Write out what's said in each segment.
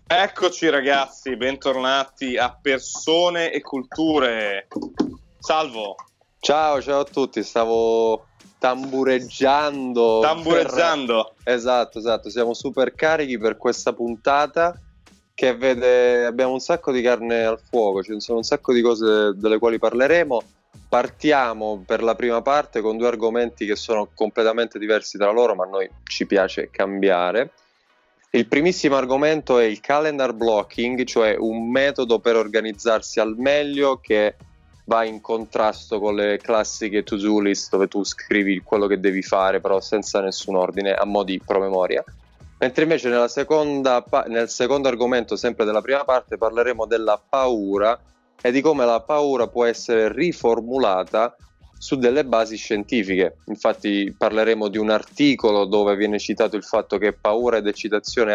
Eccoci ragazzi, bentornati a Persone e Culture. Salvo. Ciao a tutti, stavo tambureggiando. Esatto, siamo super carichi per questa puntata che vede, abbiamo un sacco di carne al fuoco, ci sono un sacco di cose delle quali parleremo. Partiamo per la prima parte con due argomenti che sono completamente diversi tra loro, ma a noi ci piace cambiare. Il primissimo argomento è il calendar blocking, cioè un metodo per organizzarsi al meglio che va in contrasto con le classiche to-do list dove tu scrivi quello che devi fare però senza nessun ordine, a mo' di promemoria. Mentre invece nel secondo argomento, sempre della prima parte, parleremo della paura e di come la paura può essere riformulata su delle basi scientifiche. Infatti parleremo di un articolo dove viene citato il fatto che paura ed eccitazione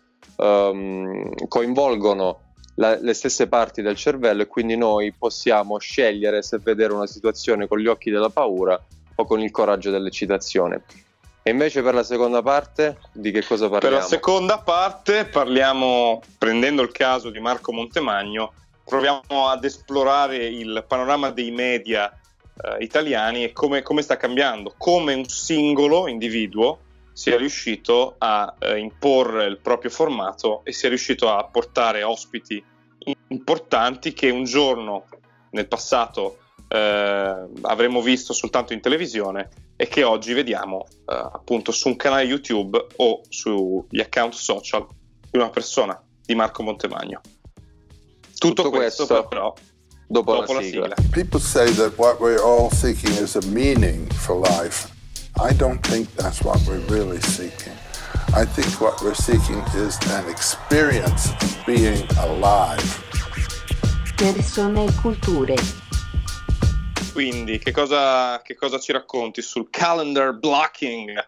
coinvolgono le stesse parti del cervello, e quindi noi possiamo scegliere se vedere una situazione con gli occhi della paura o con il coraggio dell'eccitazione. E invece per la seconda parte di che cosa parliamo? Per la seconda parte parliamo, prendendo il caso di Marco Montemagno, proviamo ad esplorare il panorama dei media italiani e come sta cambiando, come un singolo individuo sia riuscito a imporre il proprio formato e sia riuscito a portare ospiti importanti che un giorno nel passato avremmo visto soltanto in televisione e che oggi vediamo appunto su un canale YouTube o sugli account social di una persona, di Marco Montemagno. Tutto questo però dopo la sigla. People say that what we're all seeking is a meaning for life. I don't think that's what we're really seeking. I think what we're seeking is an experience of being alive. Persone e Culture. Quindi che cosa ci racconti sul calendar blocking?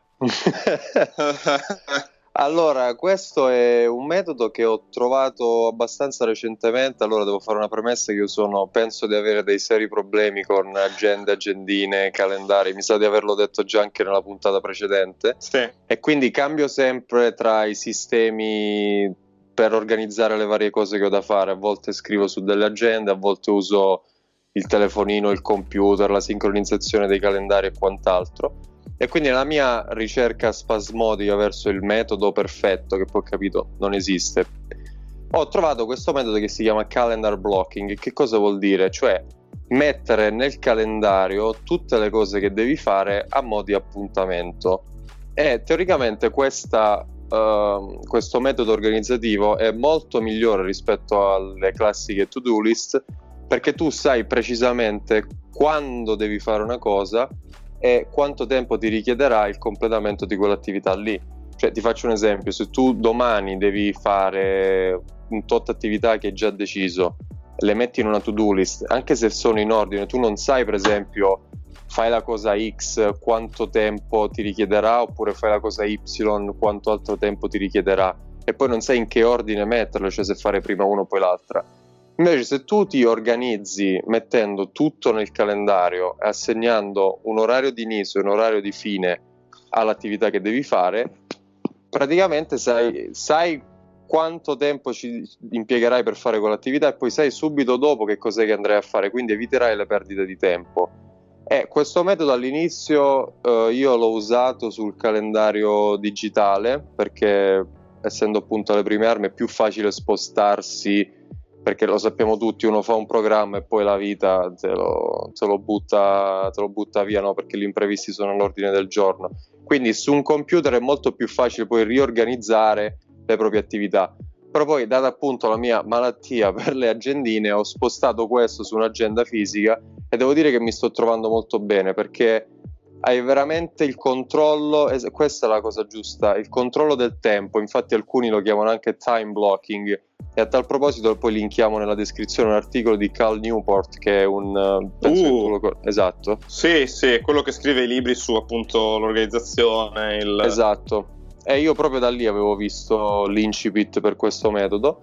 Allora, questo è un metodo che ho trovato abbastanza recentemente. Allora, devo fare una premessa che penso di avere dei seri problemi con agendine, calendari. Mi sa di averlo detto già anche nella puntata precedente. Sì. E quindi cambio sempre tra i sistemi per organizzare le varie cose che ho da fare. A volte scrivo su delle agende, a volte uso il telefonino, il computer, la sincronizzazione dei calendari e quant'altro. E quindi nella mia ricerca spasmodica verso il metodo perfetto, che poi ho capito non esiste, ho trovato questo metodo che si chiama calendar blocking. Che cosa vuol dire? Cioè mettere nel calendario tutte le cose che devi fare a mo' di appuntamento. E teoricamente questo metodo organizzativo è molto migliore rispetto alle classiche to-do list, perché tu sai precisamente quando devi fare una cosa e quanto tempo ti richiederà il completamento di quell'attività lì. Cioè, ti faccio un esempio: se tu domani devi fare un tot attività che hai già deciso, le metti in una to-do list, anche se sono in ordine, tu non sai, per esempio, fai la cosa X quanto tempo ti richiederà, oppure fai la cosa Y quanto altro tempo ti richiederà, e poi non sai in che ordine metterlo, cioè se fare prima uno poi l'altra. Invece se tu ti organizzi mettendo tutto nel calendario e assegnando un orario di inizio e un orario di fine all'attività che devi fare, praticamente sai quanto tempo ci impiegherai per fare quell'attività e poi sai subito dopo che cos'è che andrai a fare, quindi eviterai le perdite di tempo. E questo metodo all'inizio io l'ho usato sul calendario digitale, perché essendo appunto alle prime armi è più facile spostarsi, perché lo sappiamo tutti, uno fa un programma e poi la vita te lo butta via, no? Perché gli imprevisti sono all'ordine del giorno. Quindi su un computer è molto più facile poi riorganizzare le proprie attività. Però poi, data appunto la mia malattia per le agendine, ho spostato questo su un'agenda fisica e devo dire che mi sto trovando molto bene, perché hai veramente il controllo, questa è la cosa giusta, il controllo del tempo. Infatti alcuni lo chiamano anche time blocking, e a tal proposito poi linkiamo nella descrizione un articolo di Cal Newport, che è un esatto, sì, è quello che scrive i libri su appunto l'organizzazione, esatto, e io proprio da lì avevo visto l'incipit per questo metodo.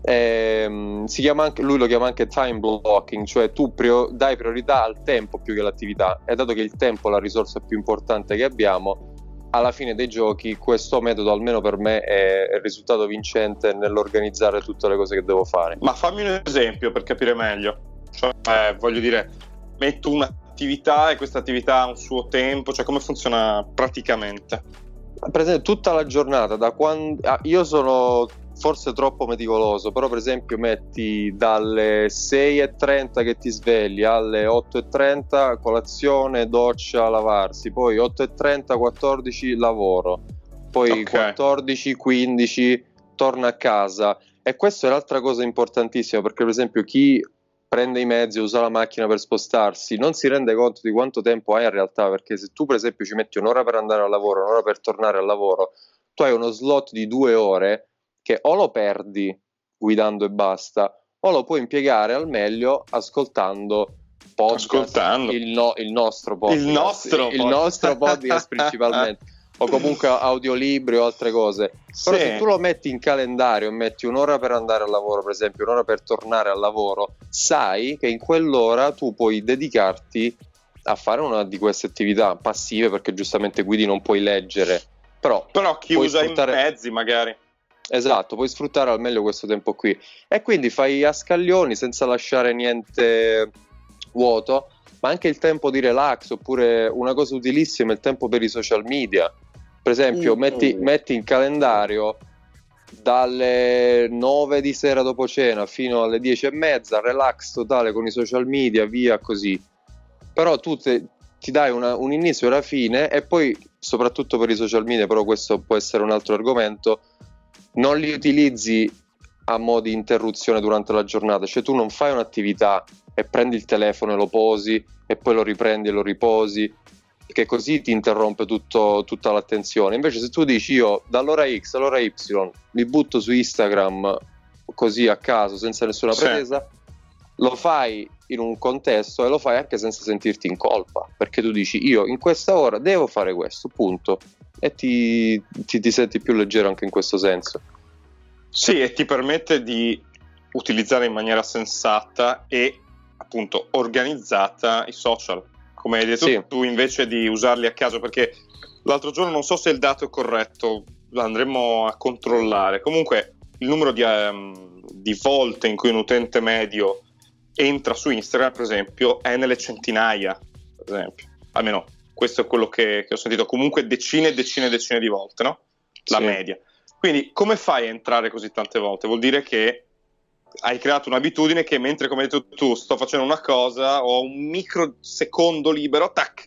Lui lo chiama anche time blocking, cioè tu dai priorità al tempo più che all'attività, e dato che il tempo è la risorsa più importante che abbiamo, alla fine dei giochi questo metodo, almeno per me, è il risultato vincente nell'organizzare tutte le cose che devo fare. Ma fammi un esempio per capire meglio. Cioè, voglio dire, metto un'attività e questa attività ha un suo tempo, cioè come funziona praticamente? Per esempio, tutta la giornata, da quando io sono forse troppo meticoloso, però per esempio metti dalle 6:30 che ti svegli alle 8:30 colazione, doccia, lavarsi, poi 8:30, 14 lavoro, poi 14, 15 torna a casa. E questa è l'altra cosa importantissima, perché per esempio chi prende i mezzi, usa la macchina per spostarsi, non si rende conto di quanto tempo hai in realtà, perché se tu per esempio ci metti un'ora per andare al lavoro, un'ora per tornare al lavoro, tu hai uno slot di 2 ore che o lo perdi guidando e basta, o lo puoi impiegare al meglio ascoltando podcast, il nostro podcast principalmente, o comunque audiolibri o altre cose. Però se tu lo metti in calendario e metti un'ora per andare al lavoro, per esempio un'ora per tornare al lavoro, sai che in quell'ora tu puoi dedicarti a fare una di queste attività passive, perché giustamente guidi, non puoi leggere, però chi usa i mezzi magari. Esatto, puoi sfruttare al meglio questo tempo qui, e quindi fai a scaglioni senza lasciare niente vuoto. Ma anche il tempo di relax, oppure una cosa utilissima è il tempo per i social media. Per esempio metti in calendario dalle 9 di sera dopo cena fino alle 10:30 relax totale con i social media, via così. Però tu ti dai un inizio e una fine, e poi soprattutto per i social media, però questo può essere un altro argomento, non li utilizzi a mo' di interruzione durante la giornata. Cioè tu non fai un'attività e prendi il telefono e lo posi e poi lo riprendi e lo riposi, perché così ti interrompe tutta l'attenzione. Invece se tu dici io dall'ora X all'ora Y mi butto su Instagram così a caso senza nessuna pretesa, lo fai in un contesto e lo fai anche senza sentirti in colpa, perché tu dici io in questa ora devo fare questo, punto, e ti senti più leggero anche in questo senso. Sì, e ti permette di utilizzare in maniera sensata e appunto organizzata i social, come hai detto tu, invece di usarli a caso, perché l'altro giorno, non so se il dato è corretto, lo andremmo a controllare, comunque il numero di volte in cui un utente medio entra su Instagram, per esempio, è nelle centinaia, per esempio, almeno questo è quello che ho sentito, comunque decine e decine di volte, no? La media. Quindi come fai a entrare così tante volte? Vuol dire che hai creato un'abitudine che mentre, come hai detto tu, sto facendo una cosa, ho un microsecondo libero, tac,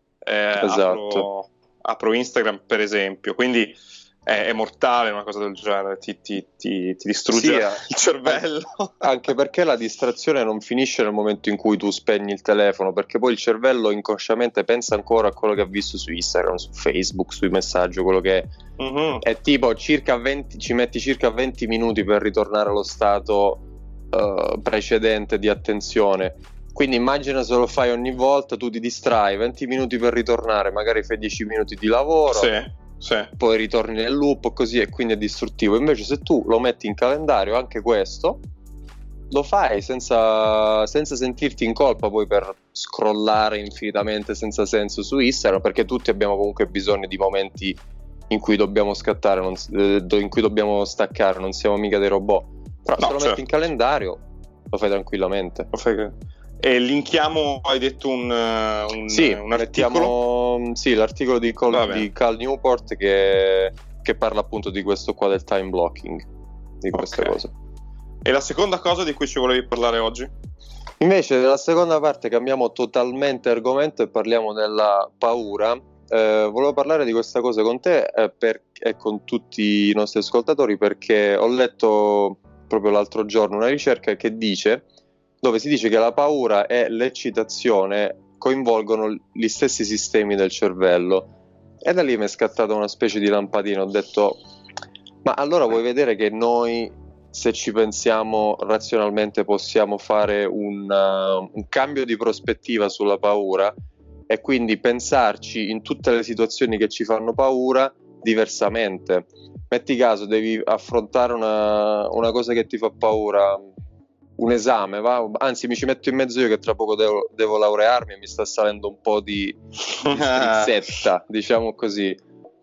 esatto. apro Instagram per esempio, quindi è mortale una cosa del genere, ti distrugge il cervello. Anche perché la distrazione non finisce nel momento in cui tu spegni il telefono, perché poi il cervello inconsciamente pensa ancora a quello che ha visto su Instagram, su Facebook, sui messaggi, quello che è. È tipo ci metti circa 20 minuti per ritornare allo stato precedente di attenzione. Quindi immagina se lo fai ogni volta, tu ti distrai 20 minuti per ritornare, magari fai 10 minuti di lavoro, poi ritorni nel loop, così, e quindi è distruttivo. Invece se tu lo metti in calendario anche questo, lo fai senza sentirti in colpa poi per scrollare infinitamente senza senso su Instagram, perché tutti abbiamo comunque bisogno di momenti in cui dobbiamo scattare, in cui dobbiamo staccare, non siamo mica dei robot. Però se lo metti in calendario lo fai tranquillamente. E linkiamo, hai detto un articolo? Sì, l'articolo di Cal Newport che parla appunto di questo qua del time blocking, di queste cose. E la seconda cosa di cui ci volevi parlare oggi? Invece nella seconda parte cambiamo totalmente argomento e parliamo della paura. Volevo parlare di questa cosa con te e con tutti i nostri ascoltatori, perché ho letto proprio l'altro giorno una ricerca dove si dice che la paura e l'eccitazione coinvolgono gli stessi sistemi del cervello, e da lì mi è scattata una specie di lampadina. Ho detto, ma allora vuoi vedere che noi, se ci pensiamo razionalmente, possiamo fare un cambio di prospettiva sulla paura, e quindi pensarci in tutte le situazioni che ci fanno paura diversamente. Metti caso devi affrontare una cosa che ti fa paura, un esame, anzi mi ci metto in mezzo io che tra poco devo laurearmi e mi sta salendo un po' di strizzetta, diciamo così.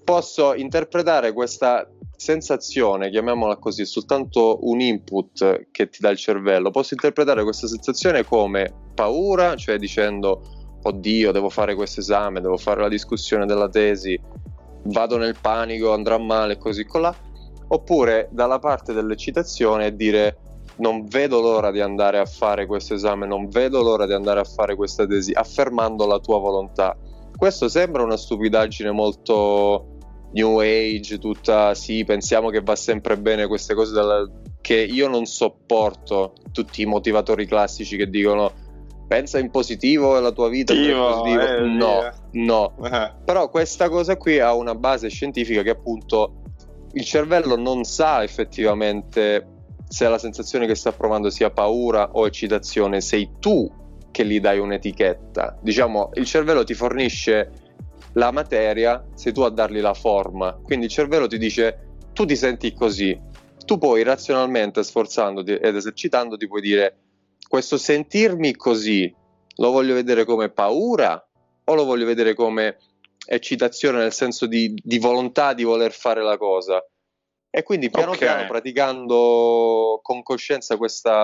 posso interpretare questa sensazione, chiamiamola così, soltanto un input che ti dà il cervello, posso interpretare questa sensazione come paura, cioè dicendo oddio, devo fare questo esame, devo fare la discussione della tesi, vado nel panico, andrà male, così colà, oppure dalla parte dell'eccitazione e dire non vedo l'ora di andare a fare questo esame, non vedo l'ora di andare a fare questa tesi, affermando la tua volontà. Questo sembra una stupidaggine molto new age, tutta sì, pensiamo che va sempre bene, queste cose che io non sopporto, tutti i motivatori classici che dicono pensa in positivo e la tua vita è positivo. No. Però questa cosa qui ha una base scientifica, che appunto il cervello non sa effettivamente se la sensazione che sta provando sia paura o eccitazione, sei tu che gli dai un'etichetta. Diciamo, il cervello ti fornisce la materia, sei tu a dargli la forma. Quindi il cervello ti dice tu ti senti così, tu poi razionalmente, sforzandoti ed esercitandoti, puoi dire questo sentirmi così lo voglio vedere come paura o lo voglio vedere come eccitazione, nel senso di volontà di voler fare la cosa. E quindi piano piano, praticando con coscienza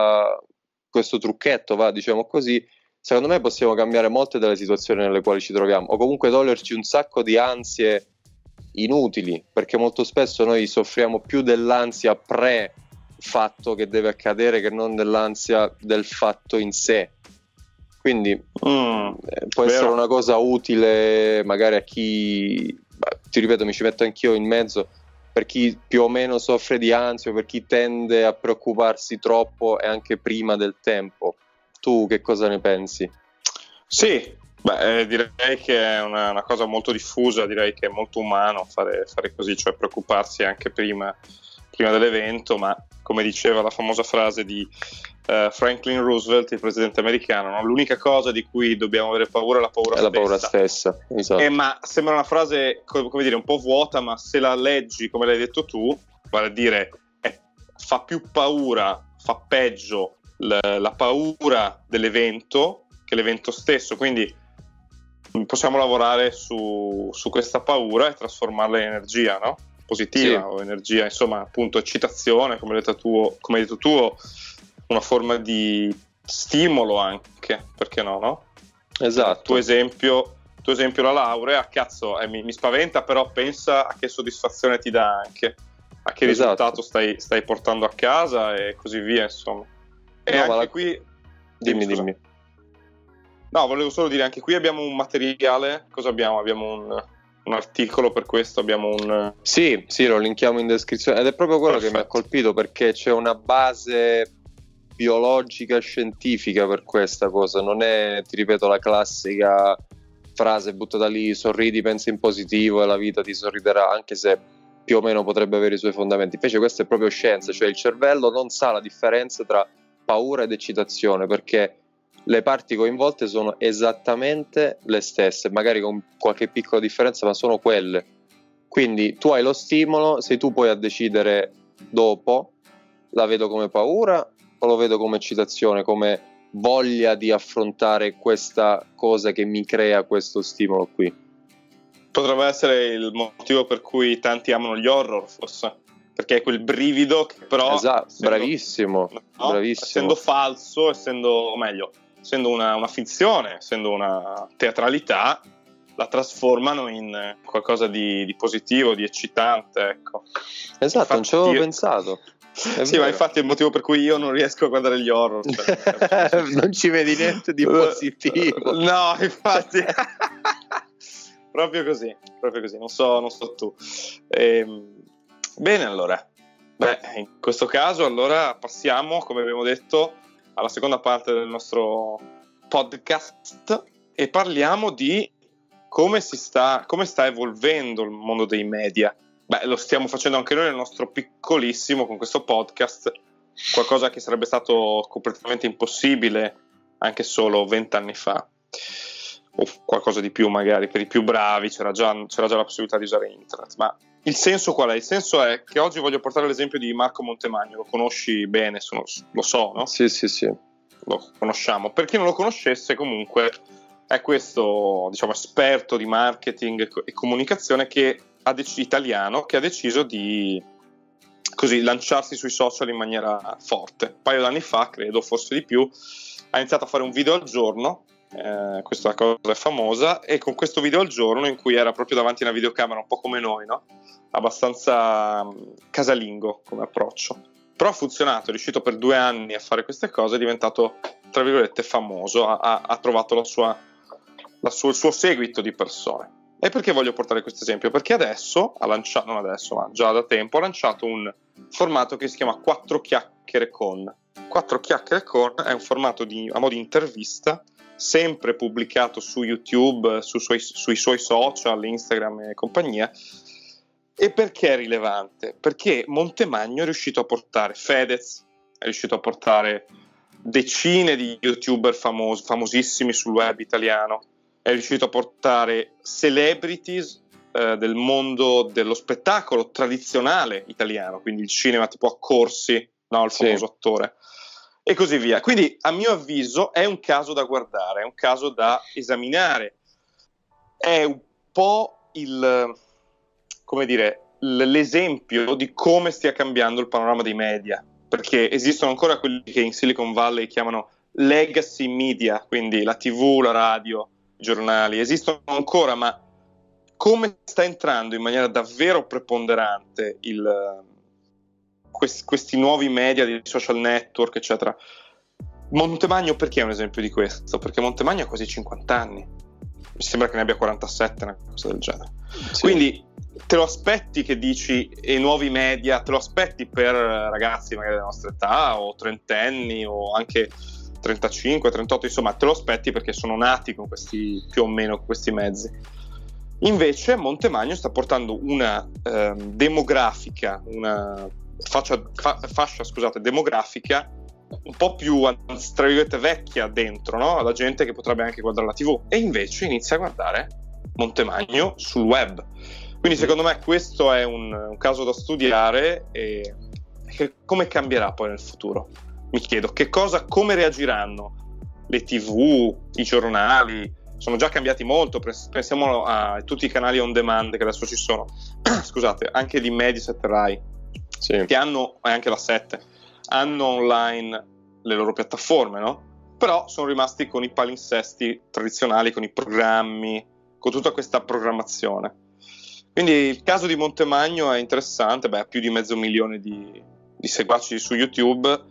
questo trucchetto, diciamo così, secondo me possiamo cambiare molte delle situazioni nelle quali ci troviamo, o comunque toglierci un sacco di ansie inutili, perché molto spesso noi soffriamo più dell'ansia pre-fatto che deve accadere che non dell'ansia del fatto in sé. Quindi può essere una cosa utile magari a chi, ti ripeto, mi ci metto anch'io in mezzo, per chi più o meno soffre di ansia, o per chi tende a preoccuparsi troppo e anche prima del tempo. Tu che cosa ne pensi? Sì, direi che è una cosa molto diffusa, direi che è molto umano fare così, cioè preoccuparsi anche prima dell'evento, ma come diceva la famosa frase di Franklin Roosevelt, il presidente americano, no? L'unica cosa di cui dobbiamo avere paura è la paura stessa. La paura stessa, esatto. Ma sembra una frase, come dire, un po' vuota, ma se la leggi come l'hai detto tu, vale a dire fa più paura, fa peggio la paura dell'evento che l'evento stesso, quindi possiamo lavorare su questa paura e trasformarla in energia, no? Positiva, sì. O energia, insomma, appunto eccitazione, come hai detto tu, una forma di stimolo anche, perché no? Esatto. Tuo esempio la laurea, cazzo, mi spaventa, però pensa a che soddisfazione ti dà anche, a che risultato stai portando a casa e così via, insomma. E anche qui dimmi. No, volevo solo dire, anche qui abbiamo un materiale. Cosa abbiamo? Abbiamo un articolo per questo, abbiamo un... Sì, lo linkiamo in descrizione, ed è proprio quello che mi ha colpito, perché c'è una base biologica, scientifica per questa cosa. Non è, ti ripeto, la classica frase buttata lì, sorridi, pensa in positivo e la vita ti sorriderà, anche se più o meno potrebbe avere i suoi fondamenti. Invece questa è proprio scienza, cioè il cervello non sa la differenza tra paura ed eccitazione, perché le parti coinvolte sono esattamente le stesse, magari con qualche piccola differenza, ma sono quelle. Quindi tu hai lo stimolo, sei tu poi a decidere dopo, la vedo come paura o lo vedo come eccitazione, come voglia di affrontare questa cosa che mi crea questo stimolo qui. Potrebbe essere il motivo per cui tanti amano gli horror, forse, perché è quel brivido che però... Esatto, bravissimo. Essendo falso, essendo una finzione, essendo una teatralità, la trasformano in qualcosa di positivo, di eccitante, ecco. Esatto, infatti, non ci avevo pensato. Sì, ma infatti è il motivo per cui io non riesco a guardare gli horror. Non ci vedi niente di positivo. No, infatti. proprio così, non so tu. Bene, allora. In questo caso allora passiamo, come abbiamo detto, alla seconda parte del nostro podcast e parliamo di come sta evolvendo il mondo dei media. Lo stiamo facendo anche noi nel nostro piccolissimo con questo podcast, qualcosa che sarebbe stato completamente impossibile anche solo 20 anni fa, o qualcosa di più magari, per i più bravi c'era già la possibilità di usare internet. Ma il senso qual è? Il senso è che oggi voglio portare l'esempio di Marco Montemagno. Lo conosci bene, lo so, no? Sì. Lo conosciamo. Per chi non lo conoscesse, comunque, è questo, diciamo, esperto di marketing e comunicazione che italiano che ha deciso di così lanciarsi sui social in maniera forte. Un paio d'anni fa, credo, forse di più, ha iniziato a fare un video al giorno. Questa cosa è famosa, e con questo video al giorno, in cui era proprio davanti a una videocamera un po' come noi, no? Abbastanza casalingo come approccio, però ha funzionato, è riuscito per 2 anni a fare queste cose, è diventato tra virgolette famoso, ha trovato il suo seguito di persone. E perché voglio portare questo esempio? Perché adesso ha lanciato, non adesso ma già da tempo, ha lanciato un formato che si chiama 4 chiacchiere con. 4 chiacchiere con è un formato a mo' di intervista, sempre pubblicato su YouTube, sui suoi social, Instagram e compagnia. E perché è rilevante? Perché Montemagno è riuscito a portare Fedez, è riuscito a portare decine di youtuber famosissimi sul web italiano, è riuscito a portare celebrities del mondo dello spettacolo tradizionale italiano, quindi il cinema tipo Accorsi, no, il famoso attore, e così via. Quindi a mio avviso è un caso da guardare, è un caso da esaminare, è un po' l'esempio di come stia cambiando il panorama dei media, perché esistono ancora quelli che in Silicon Valley chiamano legacy media, quindi la TV, la radio, i giornali, esistono ancora, ma come sta entrando in maniera davvero preponderante questi nuovi media di social network, eccetera. Montemagno perché è un esempio di questo? Perché Montemagno ha quasi 50 anni, mi sembra che ne abbia 47, una cosa del genere. Sì. Quindi te lo aspetti che dici i nuovi media, te lo aspetti per ragazzi magari della nostra età, o trentenni, o anche 35, 38, insomma te lo aspetti perché sono nati con questi, più o meno, questi mezzi. Invece Montemagno sta portando una demografica, una fascia demografica un po' più, tra virgolette, vecchia dentro, no? La gente che potrebbe anche guardare la TV, e invece inizia a guardare Montemagno sul web. Quindi secondo me questo è un caso da studiare, e come cambierà poi nel futuro? Mi chiedo come reagiranno le TV, i giornali. Sono già cambiati molto, pensiamo a tutti i canali on demand che adesso ci sono, scusate, anche di Mediaset e Rai, sì, che hanno, e anche la 7, hanno online le loro piattaforme, no? Però sono rimasti con i palinsesti tradizionali, con i programmi, con tutta questa programmazione. Quindi il caso di Montemagno è interessante, ha più di 500.000 di seguaci su YouTube.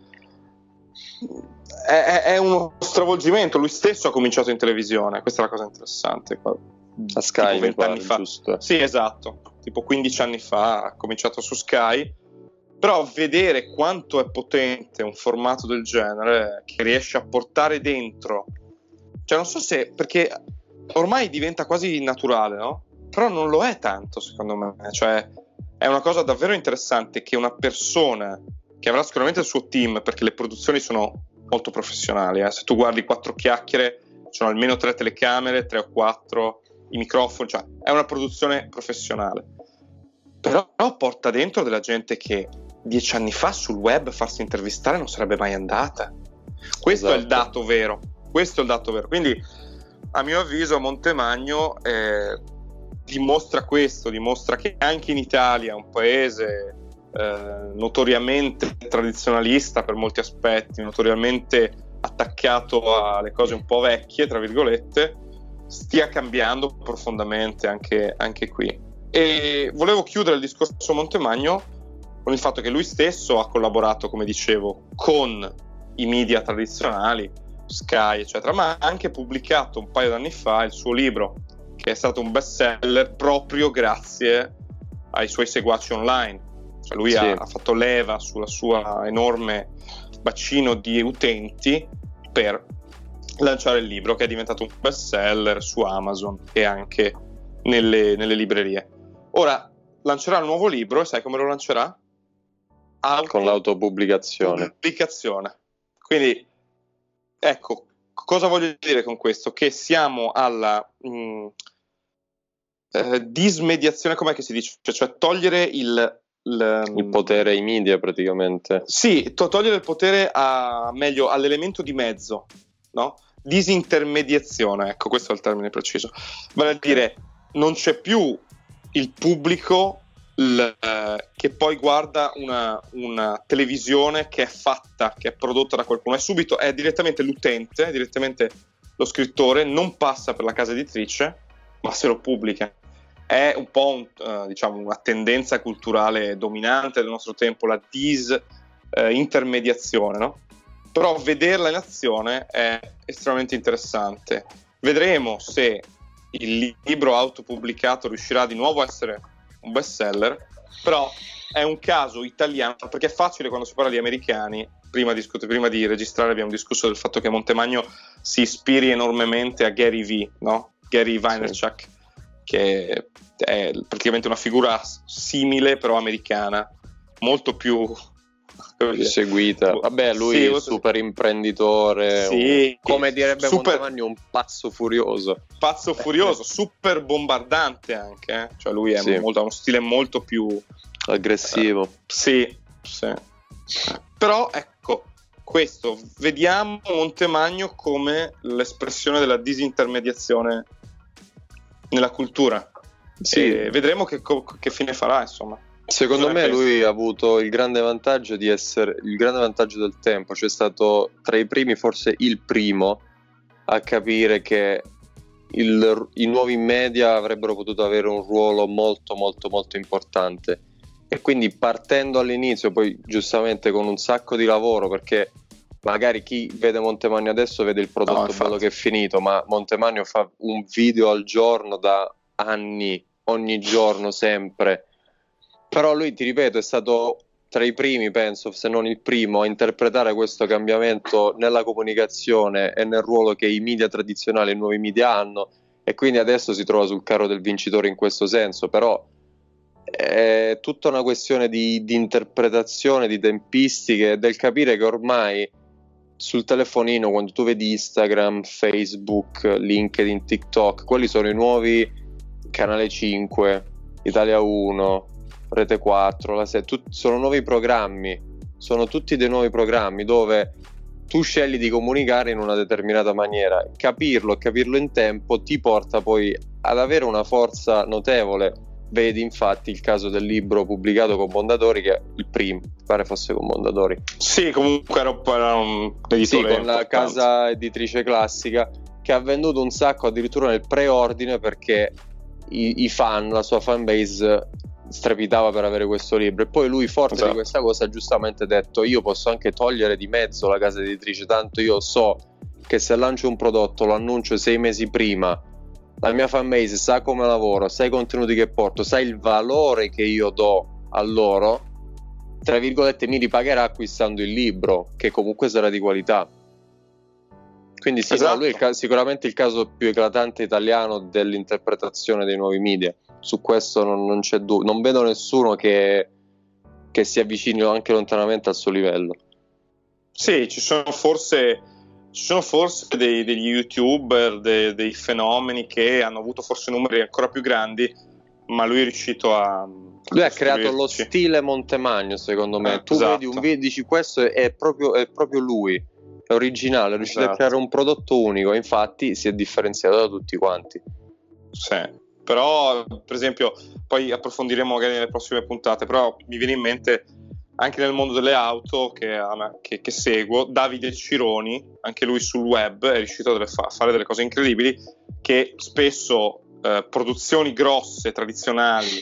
È uno stravolgimento. Lui stesso ha cominciato in televisione, questa è la cosa interessante, a Sky, tipo 20 anni fa, giusto? Sì, esatto, tipo 15 anni fa ha cominciato su Sky. Però vedere quanto è potente un formato del genere, che riesce a portare dentro, cioè non so se, perché ormai diventa quasi naturale, no? Però non lo è tanto, secondo me. Cioè è una cosa davvero interessante che una persona che avrà sicuramente il suo team, perché le produzioni sono molto professionali, se tu guardi 4 chiacchiere ci sono almeno 3 telecamere, 3 o 4, i microfoni, cioè è una produzione professionale, però porta dentro della gente che 10 anni fa sul web farsi intervistare non sarebbe mai andata. Questo esatto. È il dato vero, quindi a mio avviso Montemagno dimostra che anche in Italia, un paese notoriamente tradizionalista per molti aspetti, notoriamente attaccato alle cose un po' vecchie, tra virgolette, stia cambiando profondamente anche qui. E volevo chiudere il discorso Montemagno con il fatto che lui stesso ha collaborato, come dicevo, con i media tradizionali, Sky eccetera, ma ha anche pubblicato un paio d'anni fa il suo libro, che è stato un best seller proprio grazie ai suoi seguaci online. Cioè lui ha fatto leva sulla sua enorme bacino di utenti per lanciare il libro, che è diventato un best seller su Amazon e anche nelle librerie. Ora lancerà il nuovo libro, e sai come lo lancerà? Con l'autopubblicazione. Quindi ecco, cosa voglio dire con questo? Che siamo alla dismediazione, com'è che si dice? Cioè togliere il potere ai media, praticamente. Sì, togliere il potere all'elemento di mezzo, no? Disintermediazione, ecco, questo è il termine preciso. Vale a dire, non c'è più il pubblico che poi guarda una televisione che è fatta, che è prodotta da qualcuno, è direttamente l'utente, è direttamente lo scrittore, non passa per la casa editrice, ma se lo pubblica. È un po' diciamo una tendenza culturale dominante del nostro tempo, la disintermediazione, no? Però vederla in azione è estremamente interessante. Vedremo se il libro autopubblicato riuscirà di nuovo a essere un bestseller, però è un caso italiano, perché è facile quando si parla di americani. Prima di registrare abbiamo discusso del fatto che Montemagno si ispiri enormemente a Gary V, no? Gary Vaynerchuk, sì, che è praticamente una figura simile però americana, molto più seguita. Vabbè, lui è super imprenditore, sì, come direbbe Montemagno, un pazzo furioso, super bombardante anche, cioè lui ha uno stile molto più aggressivo. Sì. Però ecco, questo, vediamo Montemagno come l'espressione della disintermediazione nella cultura. Sì. E vedremo che fine farà, insomma. Secondo me lui ha avuto il grande vantaggio di essere il grande vantaggio del tempo, cioè è stato tra i primi, forse il primo, a capire che i nuovi media avrebbero potuto avere un ruolo molto molto molto importante, e quindi partendo all'inizio, poi giustamente con un sacco di lavoro, perché magari chi vede Montemagno adesso vede il prodotto bello che è finito, ma Montemagno fa un video al giorno da anni, ogni giorno, sempre. Però lui, ti ripeto, è stato tra i primi, penso, se non il primo, a interpretare questo cambiamento nella comunicazione e nel ruolo che i media tradizionali e i nuovi media hanno, e quindi adesso si trova sul carro del vincitore in questo senso. Però è tutta una questione di interpretazione, di tempistiche, del capire che ormai sul telefonino, quando tu vedi Instagram, Facebook, LinkedIn, TikTok, quelli sono i nuovi Canale 5, Italia 1, Rete 4, la 6, sono nuovi programmi, sono tutti dei nuovi programmi dove tu scegli di comunicare in una determinata maniera. Capirlo in tempo ti porta poi ad avere una forza notevole. Vedi infatti il caso del libro pubblicato con Mondadori, che è il primo, pare fosse con Mondadori. Sì, comunque era un editore con la casa editrice classica, che ha venduto un sacco addirittura nel preordine, perché i fan, la sua fanbase strepitava per avere questo libro. E poi lui, forte di questa cosa, ha giustamente detto: io posso anche togliere di mezzo la casa editrice, tanto io so che se lancio un prodotto lo annuncio 6 mesi prima, la mia fanbase sa come lavoro, sa i contenuti che porto, sa il valore che io do a loro, tra virgolette mi ripagherà acquistando il libro, che comunque sarà di qualità. Quindi sì, no, lui è sicuramente il caso più eclatante italiano dell'interpretazione dei nuovi media. Su questo non c'è dubbio, non vedo nessuno che si avvicini anche lontanamente al suo livello. Sì, ci sono forse degli youtuber, dei fenomeni che hanno avuto forse numeri ancora più grandi, ma lui è riuscito lui ha creato lo stile Montemagno, secondo me. Tu vedi un video e dici: questo è proprio lui, è originale, è riuscito a creare un prodotto unico, infatti si è differenziato da tutti quanti. Sì. Però, per esempio, poi approfondiremo magari nelle prossime puntate, però mi viene in mente anche nel mondo delle auto che seguo, Davide Cironi, anche lui sul web è riuscito a fare delle cose incredibili, che spesso produzioni grosse, tradizionali,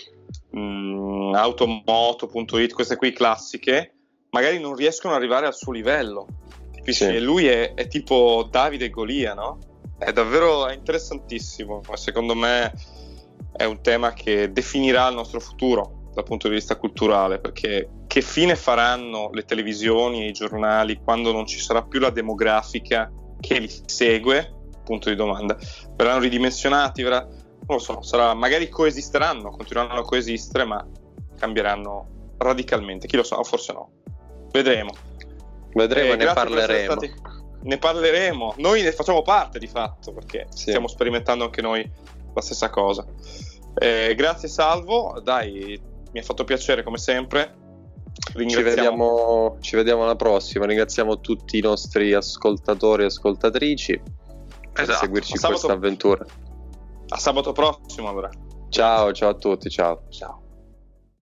automoto.it, queste qui classiche, magari non riescono ad arrivare al suo livello. Sì. E lui è tipo Davide e Golia, no? È davvero interessantissimo, ma secondo me è un tema che definirà il nostro futuro dal punto di vista culturale, perché che fine faranno le televisioni e i giornali quando non ci sarà più la demografica che li segue? Punto di domanda. Verranno ridimensionati? Non lo so, magari coesisteranno, continueranno a coesistere, ma cambieranno radicalmente. Chi lo sa, o forse no. Vedremo e ne parleremo. Ne parleremo. Noi ne facciamo parte di fatto, perché stiamo sperimentando anche noi la stessa cosa. Grazie Salvo, dai, mi ha fatto piacere come sempre. Ci vediamo alla prossima. Ringraziamo tutti i nostri ascoltatori e ascoltatrici per seguirci in questa avventura. A sabato prossimo allora. Ciao a tutti, ciao. Ciao.